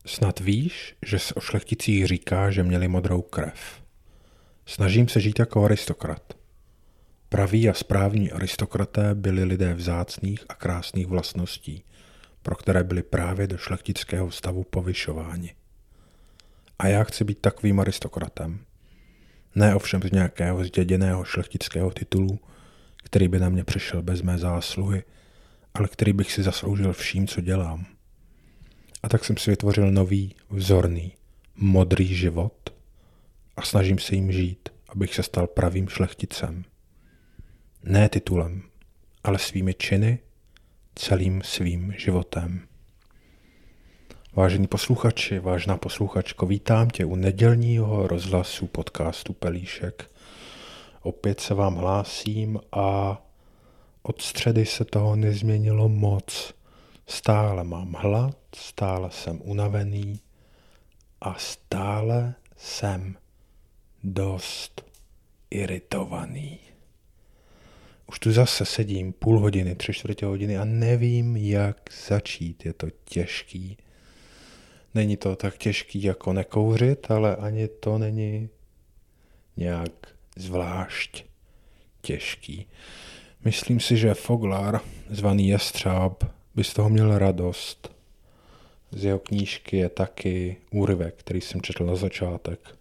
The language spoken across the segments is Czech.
Snad víš, že se o šlechticích říká, že měli modrou krev. Snažím se žít jako aristokrat. Praví a správní aristokraté byli lidé vzácných a krásných vlastností, pro které byli právě do šlechtického stavu povyšováni. A já chci být takovým aristokratem. Ne ovšem z nějakého zděděného šlechtického titulu, který by na mě přišel bez mé zásluhy, ale který bych si zasloužil vším, co dělám. A tak jsem si vytvořil nový, vzorný, modrý život a snažím se jim žít, abych se stal pravým šlechticem. Ne titulem, ale svými činy, celým svým životem. Vážení posluchači, vážná posluchačko, vítám tě u nedělního rozhlasu podcastu Pelíšek. Opět se vám hlásím a od středy se toho nezměnilo moc. Stále mám hlad, stále jsem unavený a stále jsem dost iritovaný. Už tu zase sedím půl hodiny, 3/4 hodiny a nevím, jak začít. Je to těžký. Není to tak těžký jako nekouřit, ale ani to není nějak zvlášť těžký. Myslím si, že Foglar, zvaný Jestřáb, by z toho měl radost. Z jeho knížky je taky úryvek, který jsem četl na začátek.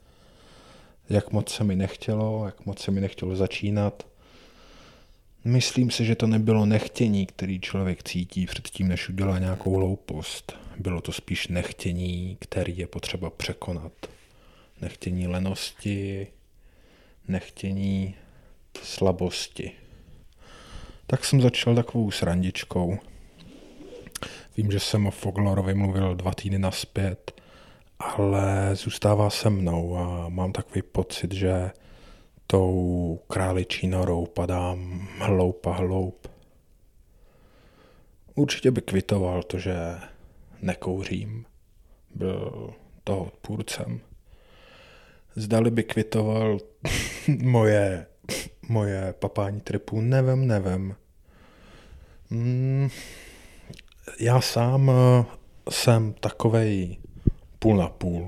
Jak moc se mi nechtělo začínat. Myslím si, že to nebylo nechtění, který člověk cítí předtím, než udělá nějakou hloupost. Bylo to spíš nechtění, který je potřeba překonat. Nechtění lenosti, nechtění slabosti. Tak jsem začal takovou srandičkou. Vím, že jsem o Foglarovi mluvil 2 týdny nazpět, ale zůstává se mnou a mám takový pocit, že tou králičí norou padám hloub a hloub. Určitě by kvitoval to, že nekouřím. Byl toho odpůrcem. Zdali by kvitoval moje papání tripu, nevím. Já sám jsem takovej půl na půl.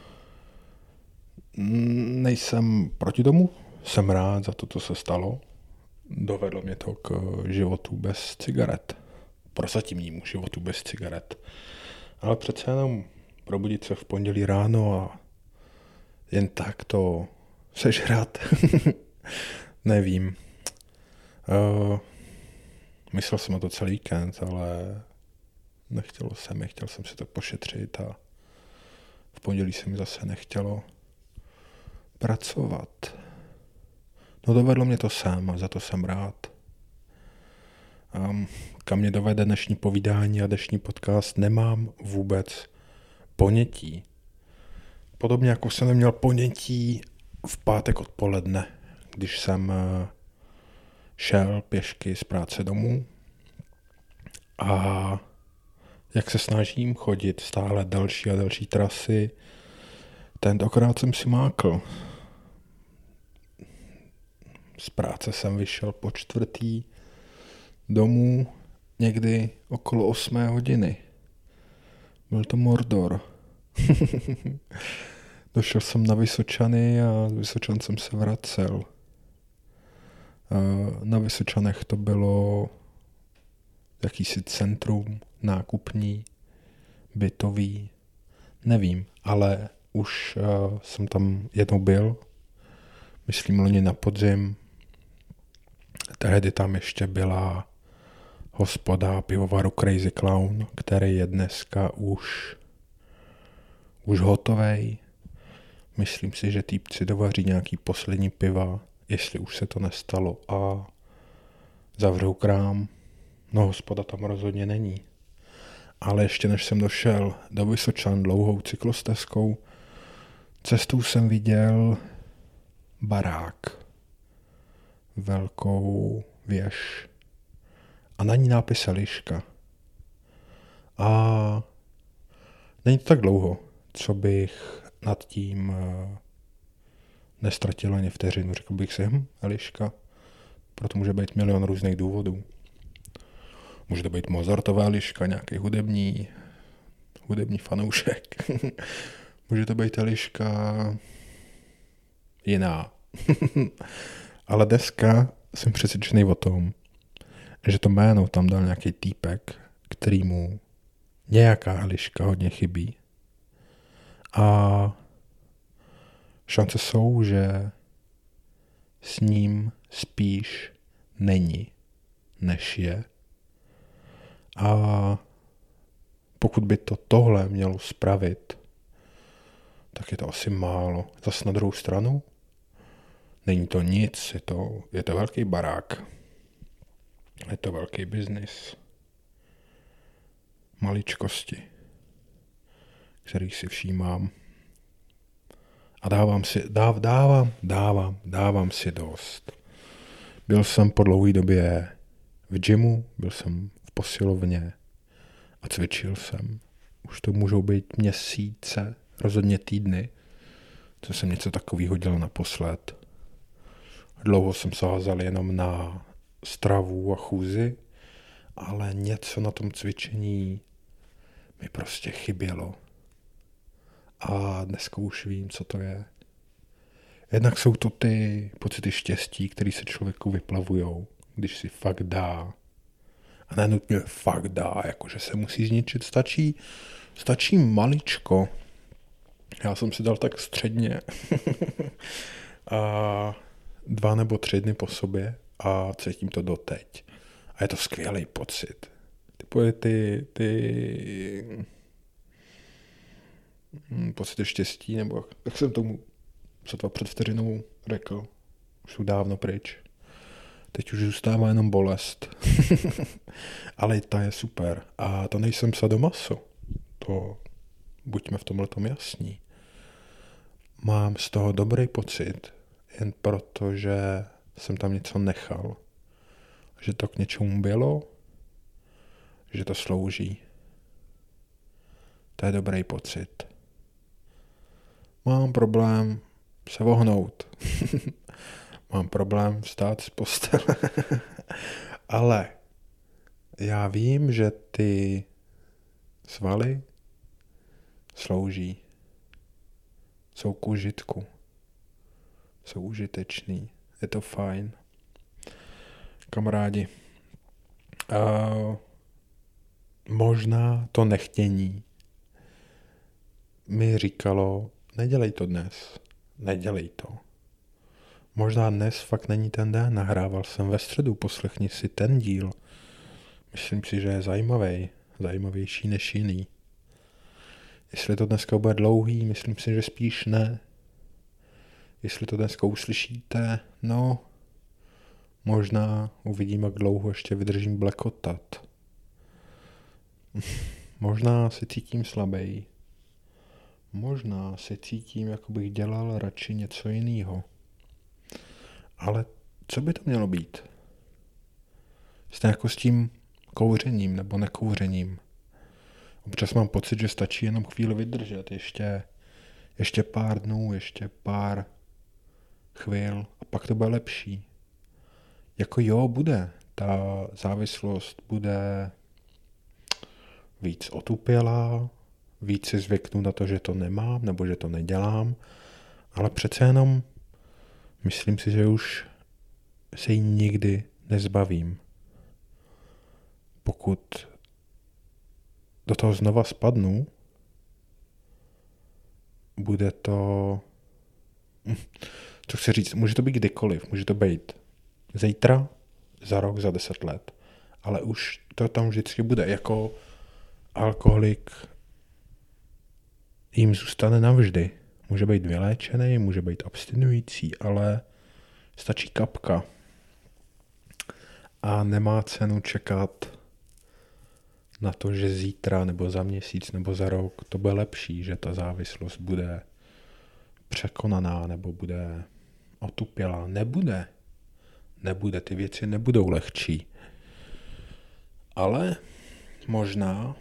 Nejsem proti tomu, jsem rád za to, co se stalo. Dovedlo mě to k životu bez cigaret. Prozatímnímu životu bez cigaret. Ale přece jenom probudit se v pondělí ráno a jen tak to sežrat. Nevím. Myslel jsem na to celý víkend, ale chtěl jsem si to pošetřit a v pondělí se mi zase nechtělo pracovat. No dovedlo mě to sem a za to jsem rád. Kam mě dovede dnešní povídání a dnešní podcast, nemám vůbec ponětí. Podobně jako jsem neměl ponětí v pátek odpoledne, když jsem šel pěšky z práce domů a jak se snažím chodit stále další a další trasy, tentokrát jsem si mákl. Z práce jsem vyšel po 4. domů někdy okolo 8 hodiny. Byl to Mordor. Došel jsem na Vysočany a z Vysočan jsem se vracel. Na Vysočanech to bylo jakýsi centrum nákupní, bytový, nevím, ale už jsem tam jednou byl, myslím loni na podzim. Tehdy tam ještě byla hospoda pivovaru Crazy Clown, který je dneska už hotovej. Myslím si, že týpci dovaří nějaký poslední piva, jestli už se to nestalo, a zavřou krám. No, hospoda tam rozhodně není. Ale ještě než jsem došel do Vysočan dlouhou cyklostezkou, cestou jsem viděl barák. Velkou věž. A na ní nápis Eliška. A není to tak dlouho, co bych nad tím nestratil ani vteřinu. Řekl bych si, Eliška. Proto může být milion různých důvodů. Může to být Mozartová liška, nějaký hudební, hudební fanoušek. Může to být Eliška jiná. Ale dneska jsem přesvědčený o tom, že to jméno tam dal nějaký týpek, kterýmu nějaká Eliška hodně chybí. A šance jsou, že s ním spíš není, než je. A pokud by to tohle mělo spravit, tak je to asi málo. Zas na druhou stranu není to nic, je to velký barák. Je to velký biznis. Maličkosti, kterých si všímám. A dávám si dost. Byl jsem po dlouhé době v gymu, byl jsem v posilovně a cvičil jsem. Už to můžou být měsíce, rozhodně týdny, co jsem něco takového dělal naposled. Dlouho jsem sázal jenom na stravu a chůzi, ale něco na tom cvičení mi prostě chybělo. A dneska už vím, co to je. Jednak jsou to ty pocity štěstí, které se člověku vyplavujou, když si fakt dá. A nenutně fakt dá, jakože se musí zničit. Stačí maličko. Já jsem si dal tak středně. A 2 nebo 3 dny po sobě a cítím to doteď. A je to skvělý pocit. Ty pocity štěstí, nebo jak jsem tomu sotva před vteřinou řekl, už jsou dávno pryč. Teď už zůstává jenom bolest. Ale ta je super. A to nejsem sadomaso. To buďme v tomhletom jasní. Mám z toho dobrý pocit, jen proto, že jsem tam něco nechal. Že to k něčemu bylo, že to slouží. To je dobrý pocit. Mám problém se vohnout. Mám problém vstát z postele. Ale já vím, že ty svaly slouží. Jsou k užitku. Jsou užitečný. Je to fajn. Kamarádi. Možná to nechtění mi říkalo, nedělej to dnes. Nedělej to. Možná dnes fakt není ten den. Nahrával jsem ve středu, poslechni si ten díl. Myslím si, že je zajímavý. Zajímavější než jiný. Jestli to dneska bude dlouhý, myslím si, že spíš ne. Jestli to dneska uslyšíte, no, možná uvidím, jak dlouho ještě vydržím blekotat. Možná se cítím slabý. Možná se cítím, jako bych dělal radši něco jiného. Ale co by to mělo být? Jste jako s tím kouřením nebo nekouřením. Občas mám pocit, že stačí jenom chvíli vydržet. Ještě pár dnů, ještě pár chvil a pak to bude lepší. Jako jo, bude. Ta závislost bude víc otupělá, víc si zvyknu na to, že to nemám nebo že to nedělám, ale přece jenom myslím si, že už se jí nikdy nezbavím. Pokud do toho znova spadnu, bude to... Co chci říct, může to být kdykoliv, může to být zítra, za rok, za 10 let, ale už to tam vždycky bude. Jako alkoholik jim zůstane navždy. Může být vyléčený, může být abstinující, ale stačí kapka. A nemá cenu čekat na to, že zítra, nebo za měsíc, nebo za rok to bude lepší, že ta závislost bude překonaná, nebo bude otupělá. Nebude, ty věci nebudou lehčí. Ale možná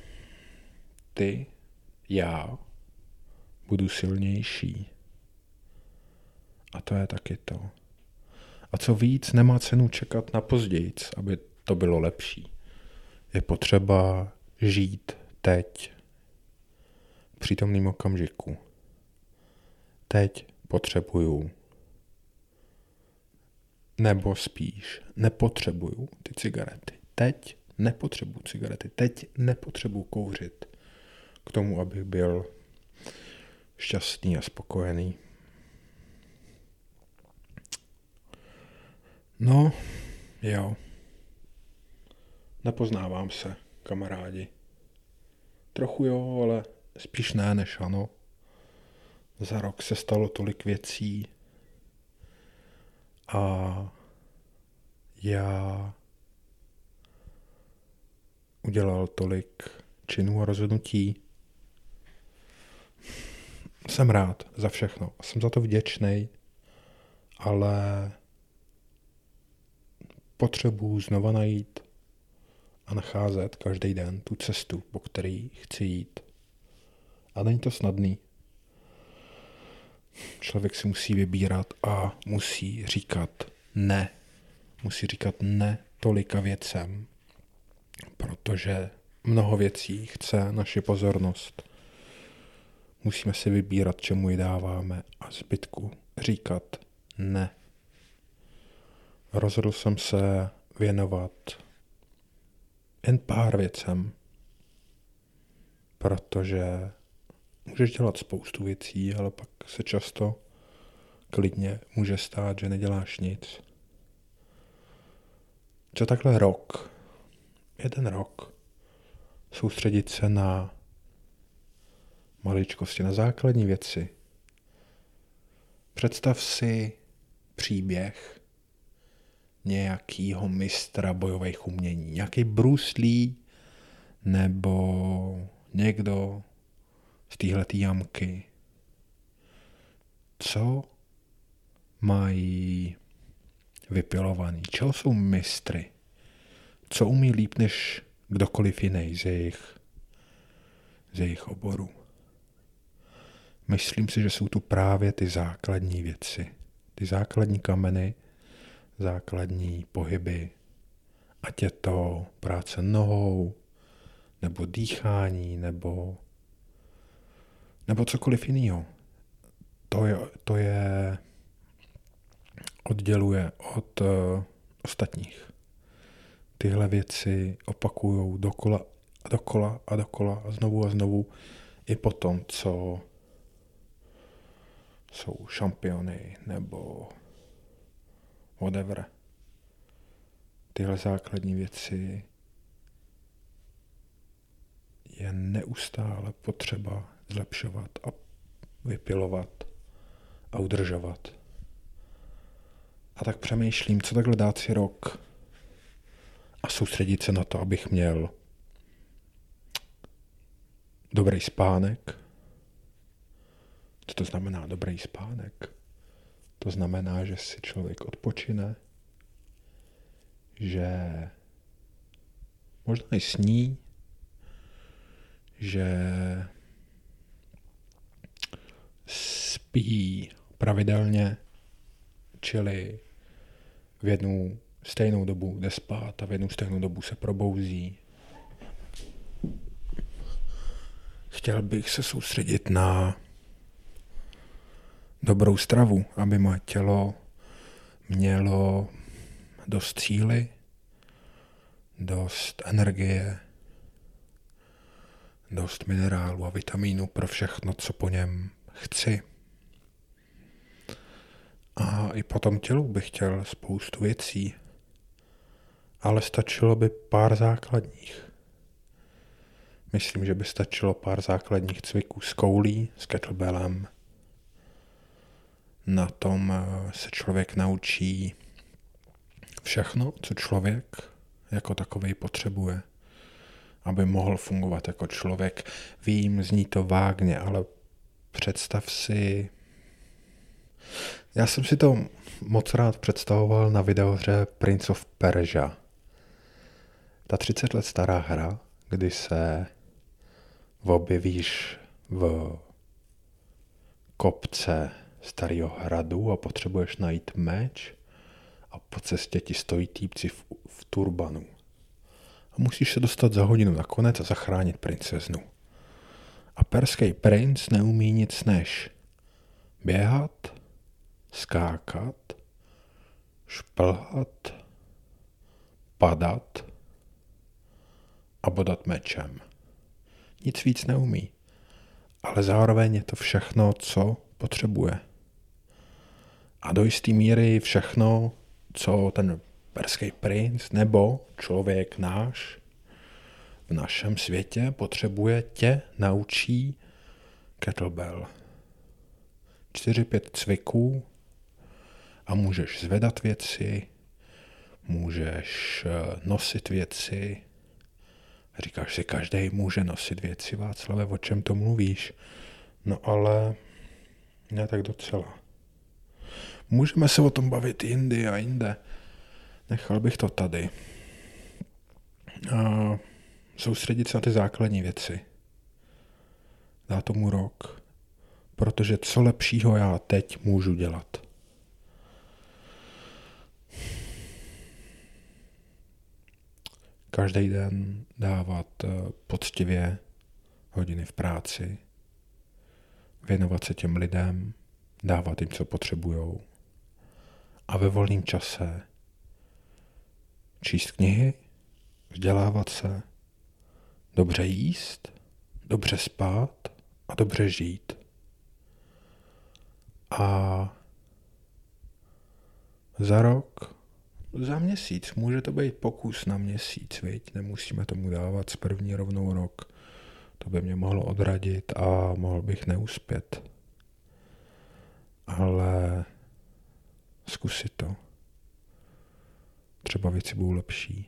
já budu silnější. A to je taky to. A co víc, nemá cenu čekat na pozdějc, aby to bylo lepší. Je potřeba žít teď. přítomném okamžiku. Teď potřebuju, nebo spíš nepotřebuju ty cigarety. Teď nepotřebuju cigarety. Teď nepotřebuju kouřit k tomu, abych byl šťastný a spokojený. No, jo. Nepoznávám se, kamarádi. Trochu jo, ale spíš ne než ano. Za rok se stalo tolik věcí a já udělal tolik činů a rozhodnutí. Jsem rád za všechno. Jsem za to vděčnej, ale potřebuji znova najít a nacházet každý den tu cestu, po který chci jít. A není to snadný. Člověk si musí vybírat a musí říkat ne. Musí říkat ne tolika věcem, protože mnoho věcí chce naši pozornost. Musíme si vybírat, čemu ji dáváme a zbytku říkat ne. Rozhodl jsem se věnovat jen pár věcem, protože můžeš dělat spoustu věcí, ale pak se často klidně může stát, že neděláš nic. Co takhle rok, 1 rok, soustředit se na maličkosti, na základní věci. Představ si příběh nějakýho mistra bojových umění. Nějaký Bruce Lee nebo někdo z téhletý jamky. Co mají vypilovaný? Čeho jsou mistry? Co umí líp než kdokoliv jiný z jejich oboru? Myslím si, že jsou tu právě ty základní věci. Ty základní kameny, základní pohyby. Ať je to práce nohou, nebo dýchání, nebo cokoliv jiného. To je odděluje od ostatních. Tyhle věci opakujou dokola a znovu i potom, co jsou šampiony nebo whatever. Tyhle základní věci je neustále potřeba zlepšovat a vypilovat a udržovat. A tak přemýšlím, co takhle dát si rok a soustředit se na to, abych měl dobrý spánek. Co to znamená dobrý spánek? To znamená, že si člověk odpočine, že možná i sní, že spí pravidelně, čili v jednu stejnou dobu jde spát a v jednu stejnou dobu se probouzí. Chtěl bych se soustředit na dobrou stravu, aby moje tělo mělo dost síly, dost energie, dost minerálů a vitamínů pro všechno, co po něm chci. A i po tom tělu bych chtěl spoustu věcí, ale stačilo by pár základních. Myslím, že by stačilo pár základních cviků s koulí, s kettlebellem. Na tom se člověk naučí všechno, co člověk jako takovej potřebuje, aby mohl fungovat jako člověk. Vím, zní to vágně, ale představ si... Já jsem si to moc rád představoval na videohře Prince of Persia. Ta 30 let stará hra, kdy se objevíš v kopce starého hradu a potřebuješ najít meč a po cestě ti stojí týpci v turbanu. A musíš se dostat za hodinu na konec a zachránit princeznu. A perský princ neumí nic než běhat, skákat, šplhat, padat a bodat mečem. Nic víc neumí, ale zároveň je to všechno, co potřebuje. A do jistý míry všechno, co ten perský princ nebo člověk náš v našem světě potřebuje, tě naučí kettlebell. 4-5 cviků a můžeš zvedat věci, můžeš nosit věci. Říkáš si, každý může nosit věci, Václave, o čem to mluvíš? No ale ne tak docela. Můžeme se o tom bavit jindy a jinde. Nechal bych to tady. A soustředit se na ty základní věci. Dá tomu rok. Protože co lepšího já teď můžu dělat? Každý den dávat poctivě hodiny v práci, věnovat se těm lidem, dávat jim, co potřebujou. A ve volném čase číst knihy, vzdělávat se, dobře jíst, dobře spát a dobře žít. A za rok, za měsíc, může to být pokus na měsíc, viď? Nemusíme tomu dávat z první rovnou rok. To by mě mohlo odradit a mohl bych neuspět. Ale zkusit to. Třeba věci budou lepší.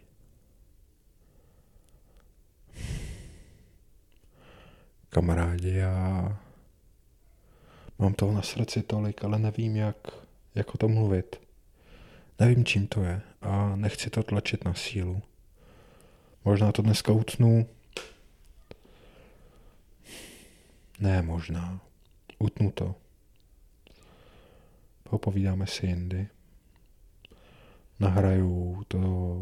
Kamarádi, já mám toho na srdci tolik, ale nevím, jak o tom mluvit. Nevím, čím to je a nechci to tlačit na sílu. Možná to dneska utnu. Ne, možná. Utnu to. Popovídáme si jindy. Nahraju to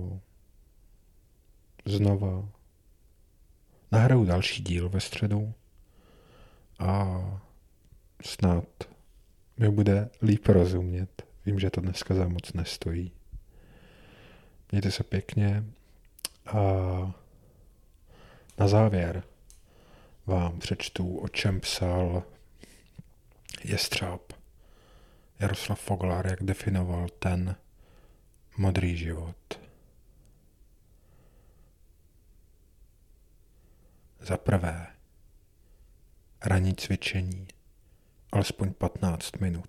znova. Nahraju další díl ve středu a snad mi bude líp rozumět. Vím, že to dneska za moc nestojí. Mějte se pěkně a na závěr vám přečtu, o čem psal jestřáb Jaroslav Foglar, jak definoval ten modrý život. Za prvé, ranní cvičení, alespoň 15 minut.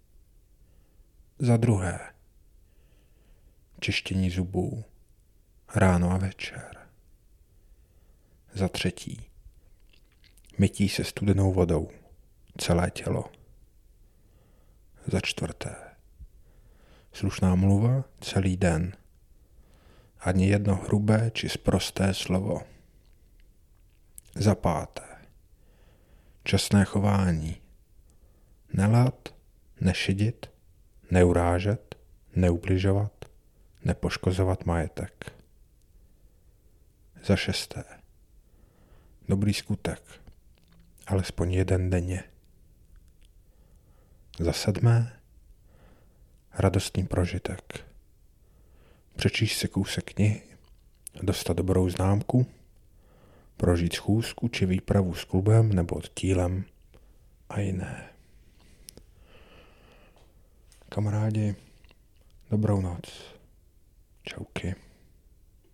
Za druhé, čištění zubů, ráno a večer. Za třetí, mytí se studenou vodou, celé tělo. Za čtvrté, slušná mluva celý den. Ani jedno hrubé či sprosté slovo. Za páté, čestné chování. Nelhat, nešidit, neurážet, neubližovat, nepoškozovat majetek. Za šesté, dobrý skutek, alespoň jeden denně. Za sedmé, radostný prožitek. Přečíst si kousek knihy, dostat dobrou známku, prožít schůzku či výpravu s klubem nebo oddílem a jiné. Kamarádi, dobrou noc. Čauky.